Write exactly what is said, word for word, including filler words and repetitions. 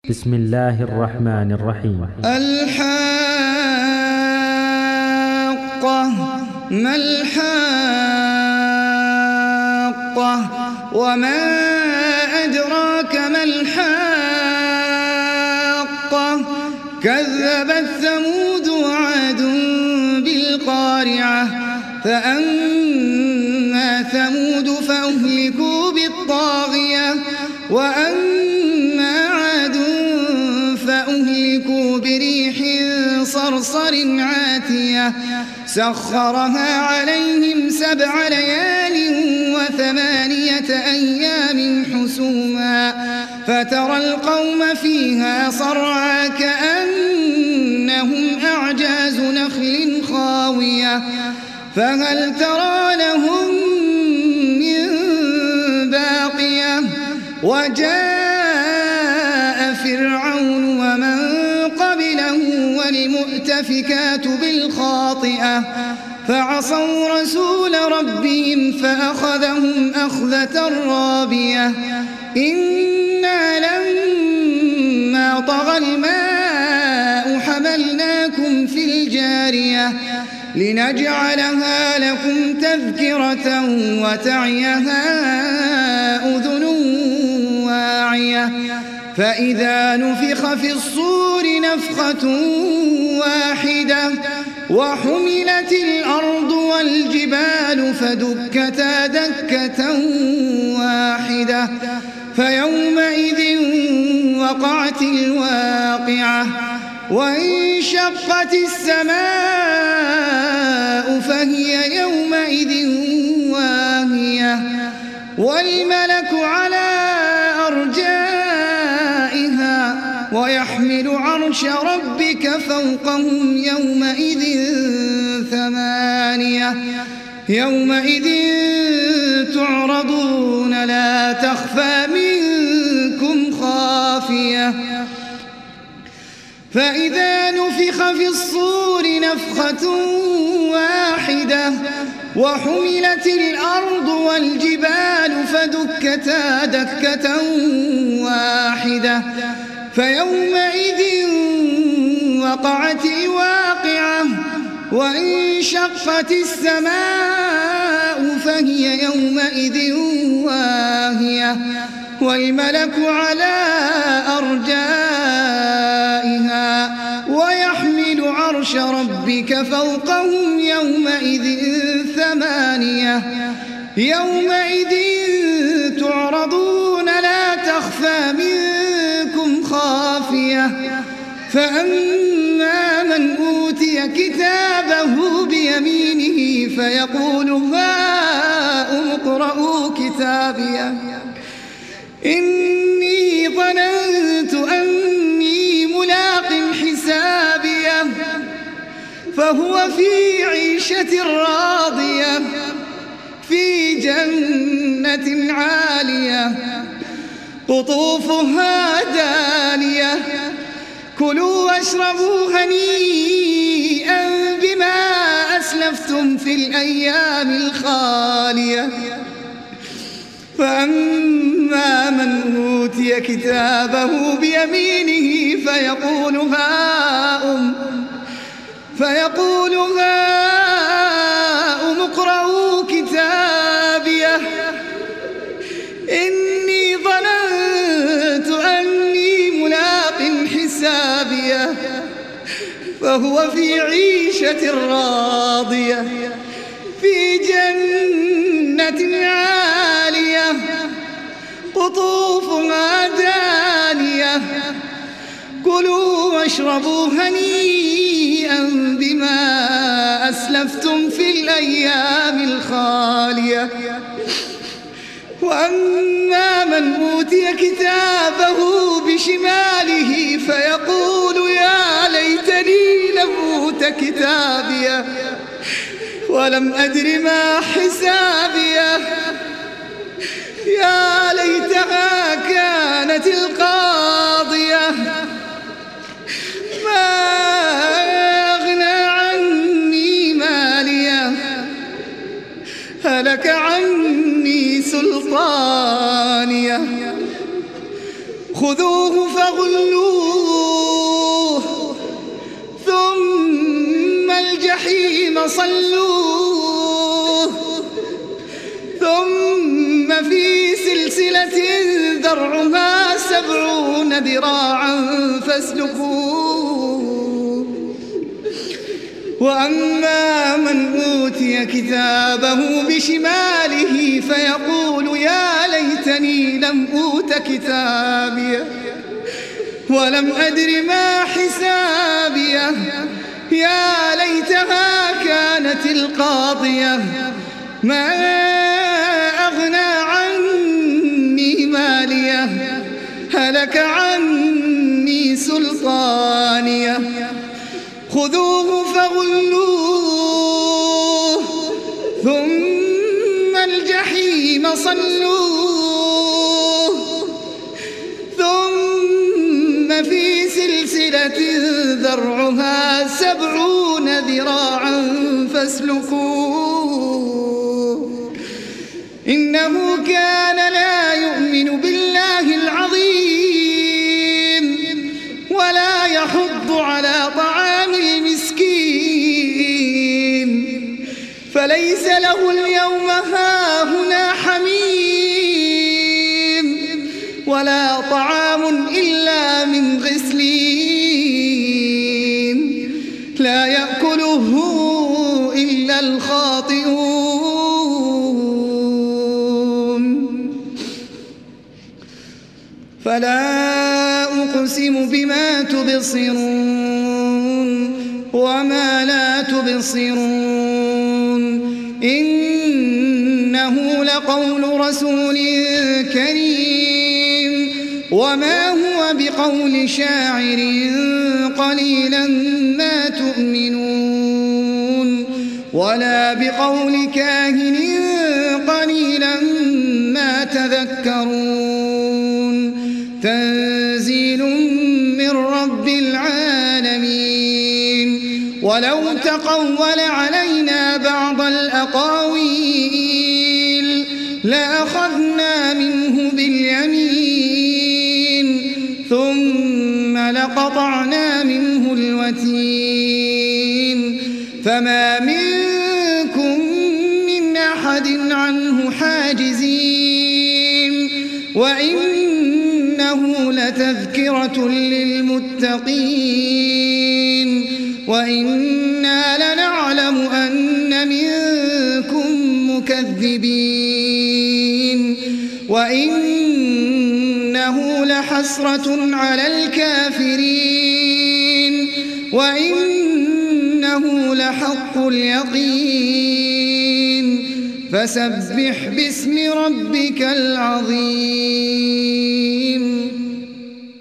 بسم الله الرحمن الرحيم. الحاقة ما الحاقة وما أدراك ما الحاقة كذبت ثمود وعاد بالقارعة فأما ثمود فأهلكوا بالطاغية وأما عاد فأهلكوا بريح صرصر عاتية سخرها عليهم سبع ليال وثمانية أيام حسوما فترى القوم فيها صرعى كأنهم أعجاز نخل خاوية فهل ترى لهم من باقية وجاء فرعون ومن قبله والمؤتفكات بالخاطئة فعصوا رسول ربهم فأخذهم أخذة رابية إنا لما طغى الماء حملناكم في الجارية لنجعلها لكم تذكرة وتعيها أذن واعية فإذا نفخ في الصور نفخة واحدة وحملت الأرض والجبال فدكتا دكة واحدة فيومئذ وقعت الواقعة وانشقت السماء فهي يومئذ واهية والملك على أرجائها ويحمل عرش ربك فوقهم يومئذ ثمانية يومئذ تعرضون لا تخفى منكم خافية فإذا نفخ في الصور نفخة واحدة وحملت الأرض والجبال فدكتا دكة واحدة فيومئذ وقعت الواقعة وانشقت السماء فهي يومئذ واهية والملك على أرجائها ويحمل عرش ربك فوقهم يومئذ ثمانية يومئذ تعرضون لا تخفى منكم خافية فأما من أوتي كتابه بيمينه فيقول هاؤم اقرءوا كتابيه إني ظننت أني ملاق حسابيه فهو في عيشة راضية في جنة عالية قطوفها دانية كلوا واشربوا هنيئا بما أسلفتم في الأيام الخالية فأما من أوتي كتابه بيمينه فيقول هاؤم فيقول هاؤم اقرءوا كتابيه إني ظننت أني ملاق حسابيه فهو في عيشة راضية في جنة عالية قطوفها دانية كلوا واشربوا هنيئا بما أسلفتم في الأيام الخالية وأما من أوتي كتابه بشماله فيقول يا ليتني لم أوت كتابيه ولم أدر ما حسابيه يا ليتها كانت القاضية ما أغنى عني ماليه هلك عني سلطانيه خذوه فغلوه ذراعا فاسلكوه وأما من أوتي كتابه بشماله فيقول يا ليتني لم أوت كتابيه ولم أدر ما حسابيه يا ليتها كانت القاضية ما أغنى عني ماليه هلك عني سلطانيه خذوه فغلوه ثم الجحيم صلوه ثم في سلسلة ذرعها سبعون ذراعا فاسلكوه إنه كان لا يؤمن بالله العظيم ولا يحض على طعام المسكين فليس له اليوم هاهنا حميم ولا طعام إلا من غسلين لا يأكله إلا الخاطئون فلا أقسم بما تبصرون وما لا تبصرون إنه لقول رسول كريم وما هو بقول شاعر قليلا ما تؤمنون ولا بقول كاهن قليلا ما تذكرون تنزيل من رب العالمين ولو تقول علينا بعض الأقاويل لأخذنا منه باليمين ثم لقطعنا منه الوتين فما منكم من أحد عنه حاجزين وإنه لتذكرة للمتقين وإنا لنعلم أن منكم مكذبين وإنه لحسرة على الكافرين وإنه لحق اليقين فسبح باسم ربك العظيم.